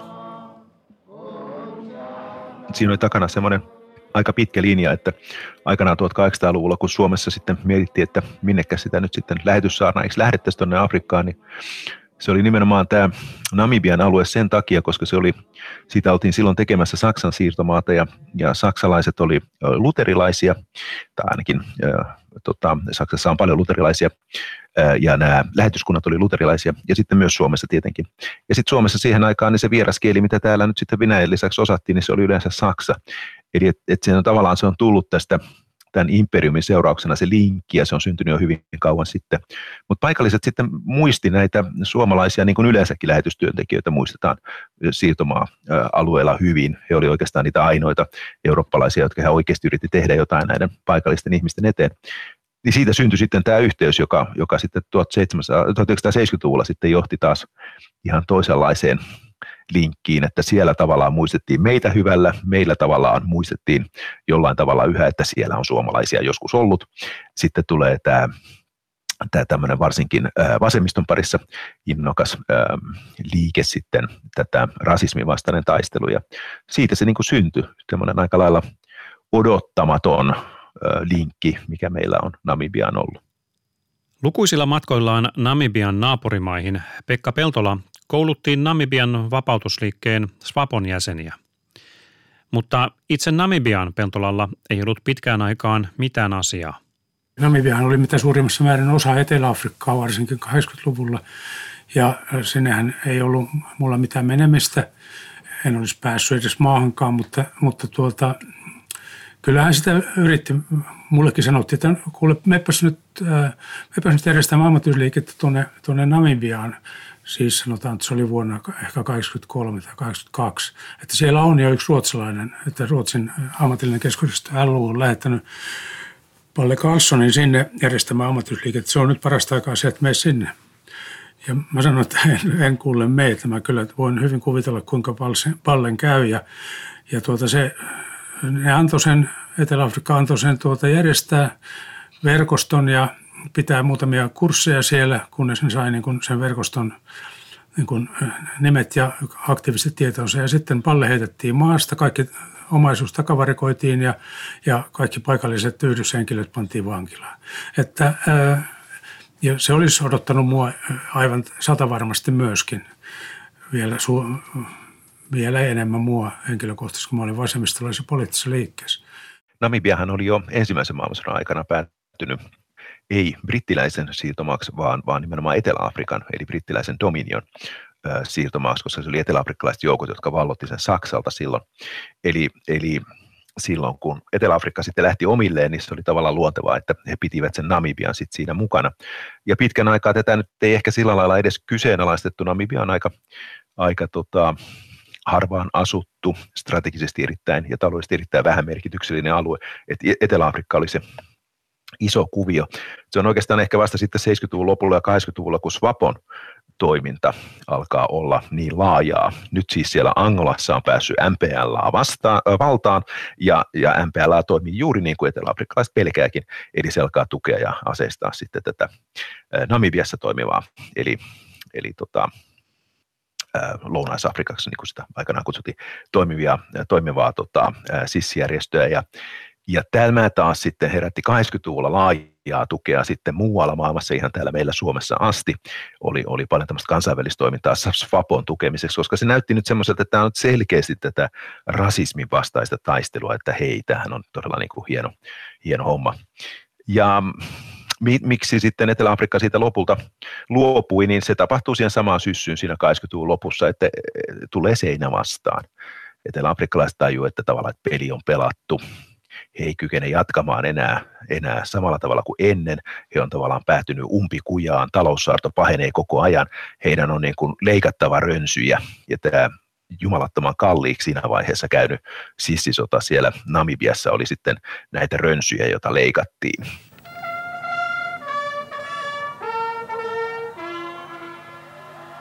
Siinä oli takana semmoinen aika pitkä linja, että aikanaan tuhatkahdeksansataaluvulla, kun Suomessa sitten mietittiin, että minnekä sitä nyt sitten lähetyssaarnaiksi lähdettäisiin tuonne Afrikkaan, niin se oli nimenomaan tämä Namibian alue sen takia, koska se oli, siitä oltiin silloin tekemässä Saksan siirtomaata ja, ja saksalaiset oli luterilaisia, tai ainakin ää, tota, Saksassa on paljon luterilaisia, ää, ja nämä lähetyskunnat oli luterilaisia, ja sitten myös Suomessa tietenkin. Ja sitten Suomessa siihen aikaan niin se vieraskieli, mitä täällä nyt sitten Venäjän lisäksi osattiin, niin se oli yleensä saksa. Eli että et se on, tavallaan se on tullut tästä tämän imperiumin seurauksena se linkki, ja se on syntynyt jo hyvin kauan sitten. Mutta paikalliset sitten muisti näitä suomalaisia, niin kuin yleensäkin lähetystyöntekijöitä muistetaan siirtomaa-alueella hyvin. He olivat oikeastaan niitä ainoita eurooppalaisia, jotka he oikeasti yritti tehdä jotain näiden paikallisten ihmisten eteen. Niin siitä syntyi sitten tämä yhteys, joka, joka sitten tuhatyhdeksänsataaseitsemänkymmentäluvulla sitten johti taas ihan toisenlaiseen linkkiin, että siellä tavallaan muistettiin meitä hyvällä, meillä tavallaan muistettiin jollain tavalla yhä, että siellä on suomalaisia joskus ollut. Sitten tulee tämä, tämä tämmöinen varsinkin vasemmiston parissa innokas liike sitten, tätä rasismin vastainen taistelu, ja siitä se niin kuin syntyi, tämmöinen aika lailla odottamaton linkki, mikä meillä on Namibiaan ollut. Lukuisilla matkoillaan Namibian naapurimaihin Pekka Peltola kouluttiin Namibian vapautusliikkeen SWAPOn jäseniä. Mutta itse Namibian Peltolalla ei ollut pitkään aikaan mitään asiaa. Namibiahan oli mitä suurimmassa määrin osa Etelä-Afrikkaa, varsinkin kahdeksankymmentäluvulla, ja sinnehän ei ollut mulla mitään menemistä. En olisi päässyt edes maahankaan, mutta, mutta tuota, kyllähän sitä yritti. Mullekin sanottiin, että kuule, mepäs nyt, mepäs nyt järjestämään ammattiyhdistysliikettä tuonne, tuonne Namibiaan. Siis sanotaan, että se oli vuonna ehkä kahdeksankymmentäkolme tai kahdeksankymmentäkaksi. Että siellä on jo yksi ruotsalainen, että Ruotsin ammatillinen keskusjärjestö L U on lähettänyt Palle Carlssonin sinne järjestämään ammattiyhdistysliikettä. Se on nyt parasta aikaa se, että mene sinne. Ja mä sanoin, että en, en kuule meitä. Mä kyllä voin hyvin kuvitella, kuinka Pallen käy. Ja, ja tuota se, ne antoi sen, Etelä-Afrikka antoi sen tuota järjestää verkoston ja pitää muutamia kursseja siellä, kunnes ne sai niin kuin sen verkoston niin kuin nimet ja aktiiviset tietonsa. Ja sitten Palle heitettiin maasta, kaikki omaisuus takavarikoitiin ja, ja kaikki paikalliset yhdyshenkilöt pantiin vankilaan. Että, ää, ja se olisi odottanut mua aivan satavarmasti myöskin vielä, su, vielä enemmän mua henkilökohtaisesti, kun mä olin vasemmistolaisessa poliittisessa liikkeessä. Namibiahan oli jo ensimmäisen maailmansodan aikana päättynyt ei brittiläisen siirtomaaksi, vaan, vaan nimenomaan Etelä-Afrikan, eli brittiläisen Dominion äh, siirtomaaksi, koska se oli etelä-afrikkalaiset joukot, jotka vallotti sen Saksalta silloin. Eli, eli silloin, kun Etelä-Afrikka sitten lähti omilleen, niin se oli tavallaan luontevaa, että he pitivät sen Namibian sitten siinä mukana. Ja pitkän aikaa tätä nyt ei ehkä sillä lailla edes kyseenalaistettu. Namibia on aika, aika tota, harvaan asuttu, strategisesti erittäin ja taloudellisesti erittäin vähän merkityksellinen alue. Et Etelä-Afrikka oli se iso kuvio. Se on oikeastaan ehkä vasta sitten seitsemänkymmentäluvun lopulla ja kahdeksankymmentäluvulla, kun SWAPOn toiminta alkaa olla niin laajaa. Nyt siis siellä Angolassa on päässyt M P L:ää vastaan, äh, valtaan, ja, ja M P L toimii juuri niin kuin etelä-afrikkalaiset pelkääkin, eli se alkaa tukea ja aseistaa sitten tätä äh, Namibiassa toimivaa, eli, eli tota, äh, Lounais-Afrikaksi, niin kuin sitä aikanaan kutsuttiin, toimivia, äh, toimivaa tota, äh, S I S-järjestöä, ja Ja tämä taas sitten herätti kahdeksankymmentäluvulla laajaa tukea sitten muualla maailmassa, ihan täällä meillä Suomessa asti. Oli, oli paljon tämmöistä kansainvälistä toimintaa SWAPOn tukemiseksi, koska se näytti nyt semmoiselta, että tämä on selkeästi tätä rasismin vastaista taistelua, että hei, tämähän on todella niin kuin hieno, hieno homma. Ja miksi sitten Etelä-Afrikka siitä lopulta luopui, niin se tapahtuu siihen samaan syssyyn siinä kahdeksankymmentäluvun lopussa, että tulee seinä vastaan. Etelä-afrikkalaiset tajuu, että tavallaan että peli on pelattu. He ei kykene jatkamaan enää, enää samalla tavalla kuin ennen. He on tavallaan päätynyt umpikujaan, taloussaarto pahenee koko ajan. Heidän on niin kuin leikattava rönsyjä, ja tämä jumalattoman kalliiksi siinä vaiheessa käynyt sissisota siellä Namibiassa oli sitten näitä rönsyjä, joita leikattiin.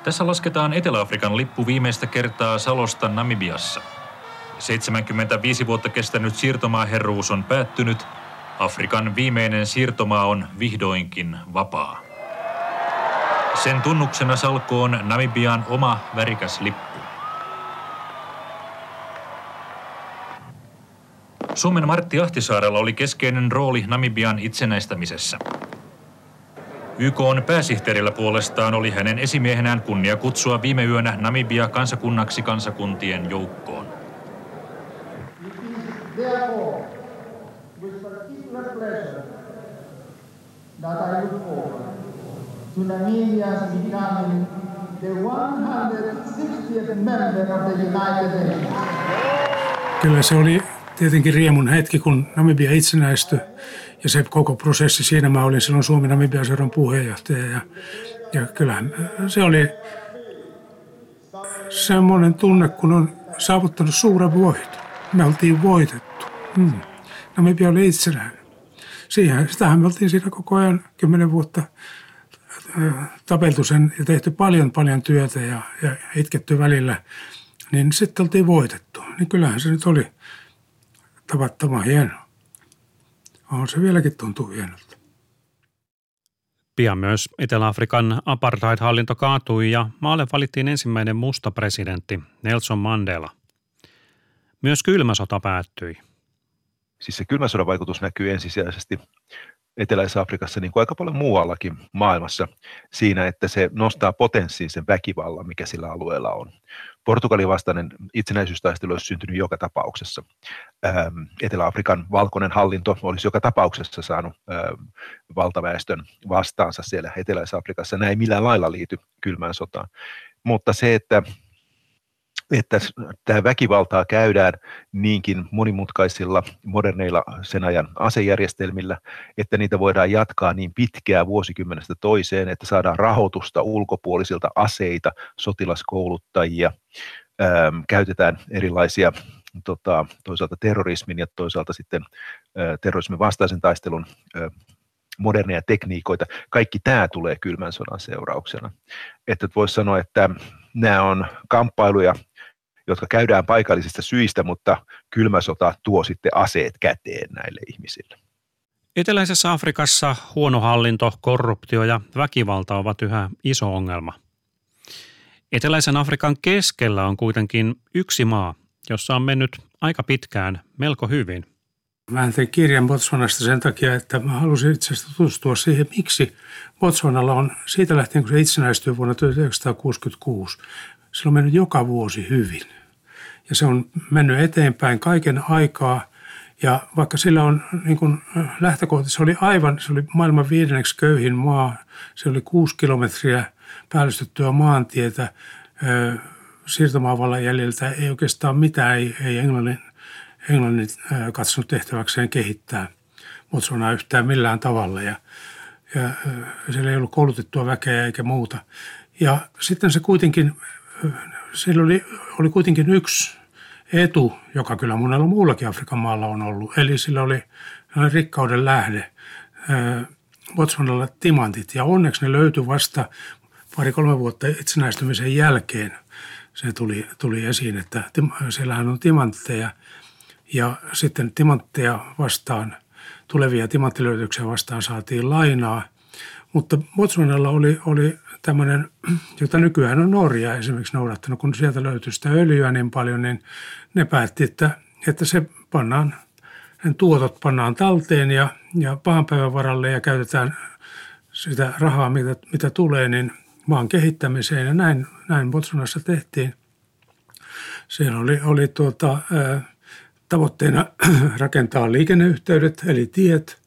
Tässä lasketaan Etelä-Afrikan lippu viimeistä kertaa Salosta Namibiassa. seitsemänkymmentäviisi vuotta kestänyt siirtomaaherruus on päättynyt. Afrikan viimeinen siirtomaa on vihdoinkin vapaa. Sen tunnuksena salkoon Namibian oma värikäs lippu. Suomen Martti Ahtisaarella oli keskeinen rooli Namibian itsenäistämisessä. Y K:n pääsihteerillä puolestaan oli hänen esimiehenään kunnia kutsua viime yönä Namibia kansakunnaksi kansakuntien joukkoon. Kyllä se oli tietenkin riemun hetki, kun Namibia itsenäistyi. Ja se koko prosessi, siinä mä olin silloin Suomi-Namibia-seuran puheenjohtaja. Ja, ja kyllähän se oli semmoinen tunne, kun on saavuttanut suuren voiton. Me oltiin voitettu. Hmm. Namibia oli itsenäinen. Siihen, sitähän me oltiin siinä koko ajan kymmenen vuotta tapeltu sen ja tehty paljon paljon työtä ja, ja itketty välillä. Niin sitten oltiin voitettu. Niin kyllähän se nyt oli tavattoman hienoa. On se vieläkin tuntuu hienolta. Pian myös Etelä-Afrikan apartheid-hallinto kaatui ja maalle valittiin ensimmäinen musta presidentti Nelson Mandela. Myös kylmä sota päättyi. Siis se kylmän sodan vaikutus näkyy ensisijaisesti Eteläisessä Afrikassa niin kuin aika paljon muuallakin maailmassa siinä, että se nostaa potenssiin sen väkivallan, mikä sillä alueella on. Portugalin vastainen itsenäisyystaistelu olisi syntynyt joka tapauksessa. Etelä-Afrikan valkoinen hallinto olisi joka tapauksessa saanut valtaväestön vastaansa siellä Eteläisessä Afrikassa. Nämä ei millään lailla liity kylmään sotaan. Mutta se, että että tämä väkivaltaa käydään niinkin monimutkaisilla moderneilla sen ajan asejärjestelmillä, että niitä voidaan jatkaa niin pitkää vuosikymmenestä toiseen, että saadaan rahoitusta ulkopuolisilta aseita, sotilaskouluttajia, ää, käytetään erilaisia tota, toisaalta terrorismin ja toisaalta sitten ää, terrorismin vastaisen taistelun ää, moderneja tekniikoita. Kaikki tämä tulee kylmän sodan seurauksena. Että voisi sanoa, että nämä on kamppailuja, jotka käydään paikallisista syistä, mutta kylmä sota tuo sitten aseet käteen näille ihmisille. Eteläisessä Afrikassa huono hallinto, korruptio ja väkivalta ovat yhä iso ongelma. Eteläisen Afrikan keskellä on kuitenkin yksi maa, jossa on mennyt aika pitkään melko hyvin. Mä tein kirjan Botswanasta sen takia, että mä halusin itse asiassa tutustua siihen, miksi Botswanalla on siitä lähtien, kun se itsenäistyi vuonna tuhatyhdeksänsataakuusikymmentäkuusi, sillä on mennyt joka vuosi hyvin. Ja se on mennyt eteenpäin kaiken aikaa. Ja vaikka sillä on niin kuin lähtökohtaisesti, se oli aivan, se oli maailman viidenneksi köyhin maa. Se oli kuusi kilometriä päällystettyä maantietä. Siirtomaavallan jäljiltä ei oikeastaan mitään, ei, ei Englannin, Englannin katsonut tehtäväkseen kehittää Botswanaa yhtään millään tavalla. Ja, ja siellä ei ollut koulutettua väkeä eikä muuta. Ja sitten se kuitenkin, sillä oli, oli kuitenkin yksi etu, joka kyllä monella muullakin Afrikan maalla on ollut. Eli sillä oli rikkauden lähde, Botswanalla timantit. Ja onneksi ne löytyi vasta pari-kolme vuotta itsenäistymisen jälkeen. Se tuli, tuli esiin, että siellähän on timantteja ja sitten timantteja vastaan, tulevia timanttilöytöksiä vastaan saatiin lainaa. Mutta Botswanalla oli, oli tämmöinen, jota nykyään on Norja esimerkiksi noudattanut, kun sieltä löytyi sitä öljyä niin paljon, niin ne päätti, että, että se pannaan, sen tuotot pannaan talteen ja, ja pahan päivän varalle ja käytetään sitä rahaa, mitä, mitä tulee, niin maan kehittämiseen. Ja näin, näin Botswanassa tehtiin. Siellä oli, oli tuota, ää, tavoitteena rakentaa liikenneyhteydet, eli tiet,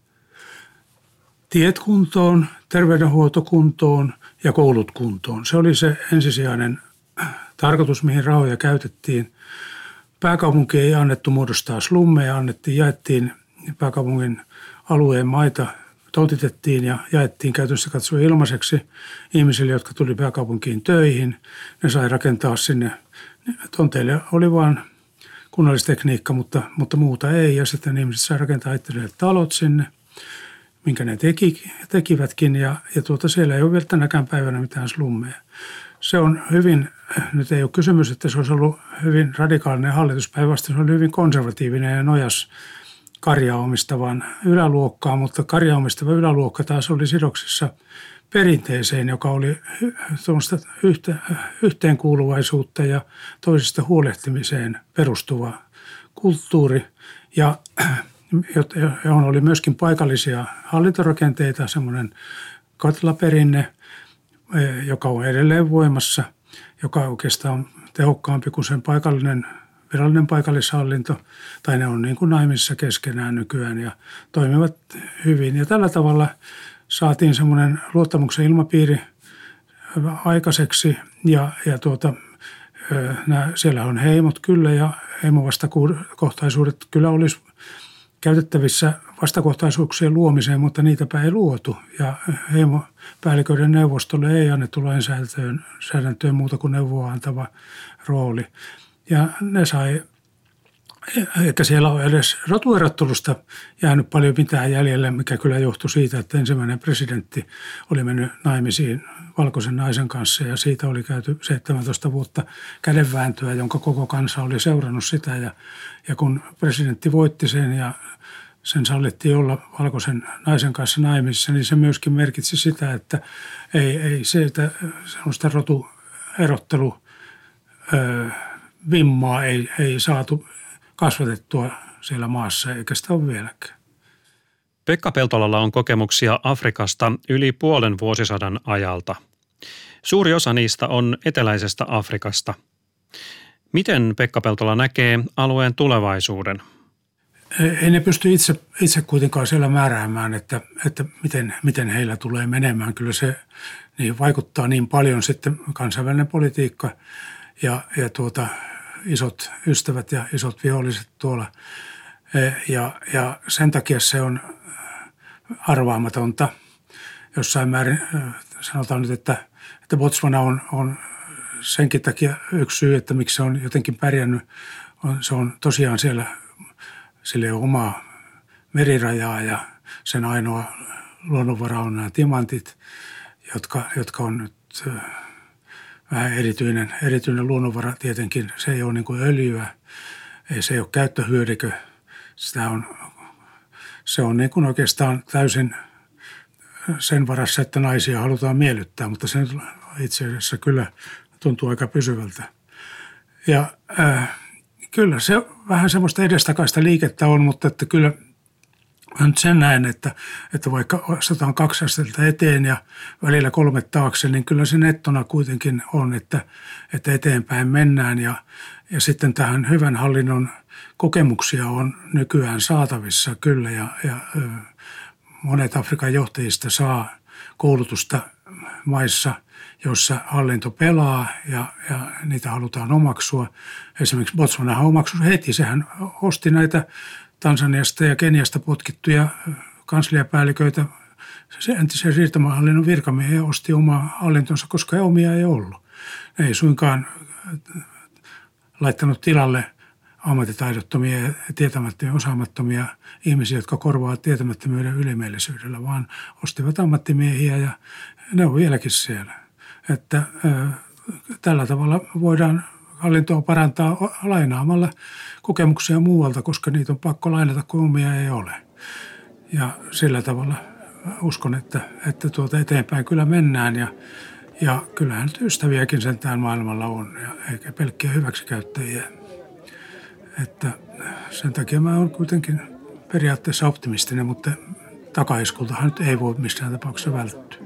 tiet kuntoon, terveydenhuolto kuntoon ja koulut kuntoon. Se oli se ensisijainen tarkoitus, mihin rahoja käytettiin. Pääkaupunki ei annettu muodostaa slummeja, annettiin, jaettiin pääkaupungin alueen maita, toutitettiin ja jaettiin käytössä katsoen ilmaiseksi ihmisille, jotka tuli pääkaupunkiin töihin. Ne sai rakentaa sinne. Tonteille oli vain kunnallistekniikka, mutta, mutta muuta ei. Ja sitten ihmiset sai rakentaa itselleen talot sinne, minkä ne teki, tekivätkin. Ja, ja tuota, siellä ei ole vielä tänäkään päivänä mitään slummeja. se on hyvin, nyt ei ole kysymys, että se olisi ollut hyvin radikaalinen hallitus, päinvastoin se oli hyvin konservatiivinen ja nojas karjaa omistavan yläluokkaan, mutta karjaa omistava yläluokka taas oli sidoksissa perinteeseen, joka oli tuommoista yhte, yhteenkuuluvaisuutta ja toisista huolehtimiseen perustuva kulttuuri, ja johon oli myöskin paikallisia hallintorakenteita, semmoinen katlaperinne, joka on edelleen voimassa, joka oikeastaan on tehokkaampi kuin sen paikallinen, virallinen paikallishallinto, tai ne on niin kuin naimisissa keskenään nykyään ja toimivat hyvin. Ja tällä tavalla saatiin semmoinen luottamuksen ilmapiiri aikaiseksi, ja, ja tuota, nämä, siellä on heimot kyllä, ja heimovastakohtaisuudet kyllä olisi käytettävissä vastakohtaisuuksien luomiseen, mutta niitäpä ei luotu. Ja heimopäälliköiden neuvostolle ei annettu lainsäädäntöön muuta kuin neuvoa antava rooli. Ja ne sai, eikä siellä ole edes rotuerottelusta jäänyt paljon mitään jäljelle, mikä kyllä johtui siitä, että ensimmäinen presidentti oli mennyt naimisiin valkoisen naisen kanssa, ja siitä oli käyty seitsemäntoista vuotta kädenvääntöä, jonka koko kansa oli seurannut sitä. Ja, ja kun presidentti voitti sen ja sen sallittiin olla valkoisen naisen kanssa naimisissa, niin se myöskin merkitsi sitä, että ei, ei sieltä sellaista rotuerottelu öö, vimmaa ei, ei saatu kasvatettua siellä maassa, eikä sitä ole vieläkään. Pekka Peltolalla on kokemuksia Afrikasta yli puolen vuosisadan ajalta. Suuri osa niistä on eteläisestä Afrikasta. Miten Pekka Peltola näkee alueen tulevaisuuden? Ei ne pysty itse, itse kuitenkaan siellä määräämään, että, että miten, miten heillä tulee menemään. Kyllä se niin vaikuttaa niin paljon sitten kansainvälinen politiikka ja, ja tuota, isot ystävät ja isot viholliset tuolla. Ja, ja sen takia se on arvaamatonta. Jossain määrin sanotaan nyt, että, että Botswana on, on senkin takia yksi syy, että miksi se on jotenkin pärjännyt. On, se on tosiaan siellä, sille on omaa merirajaa ja sen ainoa luonnonvara on nämä timantit, jotka, jotka on nyt vähän erityinen, erityinen luonnonvara tietenkin. Se ei ole niin kuin öljyä, ei se ei ole käyttöhyödykö. Sitä on, se on niin kuin oikeastaan täysin sen varassa, että naisia halutaan miellyttää, mutta se itse asiassa kyllä tuntuu aika pysyvältä. Ja äh, kyllä se vähän semmoista edestakaista liikettä on, mutta että kyllä mä nyt sen näen, että, että vaikka ostetaan kaksi astelta eteen ja välillä kolme taakse, niin kyllä se nettona kuitenkin on, että, että eteenpäin mennään. Ja, ja sitten tähän hyvän hallinnon kokemuksia on nykyään saatavissa kyllä, ja, ja monet Afrikan johtajista saa koulutusta maissa, joissa hallinto pelaa ja, ja niitä halutaan omaksua. Esimerkiksi Botswana omaksui heti, sehän osti näitä Tansaniasta ja Keniasta potkittuja kansliapäälliköitä, se entisen siirtomaahallinnon virkamiehiä osti omaa hallintonsa, koska omia ei ollut. Ne ei suinkaan laittanut tilalle ammattitaidottomia ja tietämättömiä, osaamattomia ihmisiä, jotka korvaavat tietämättömyyden ylimielisyydellä, vaan ostivat ammattimiehiä ja ne on vieläkin siellä. Että äh, tällä tavalla voidaan hallintoa parantaa lainaamalla kokemuksia muualta, koska niitä on pakko lainata, kun omia ei ole. Ja sillä tavalla uskon, että, että tuota eteenpäin kyllä mennään ja, ja kyllähän ystäviäkin sentään maailmalla on, ja eikä pelkkiä hyväksikäyttäjiä. Että sen takia mä oon kuitenkin periaatteessa optimistinen, mutta takaiskultahan nyt ei voi missään tapauksessa välttyä.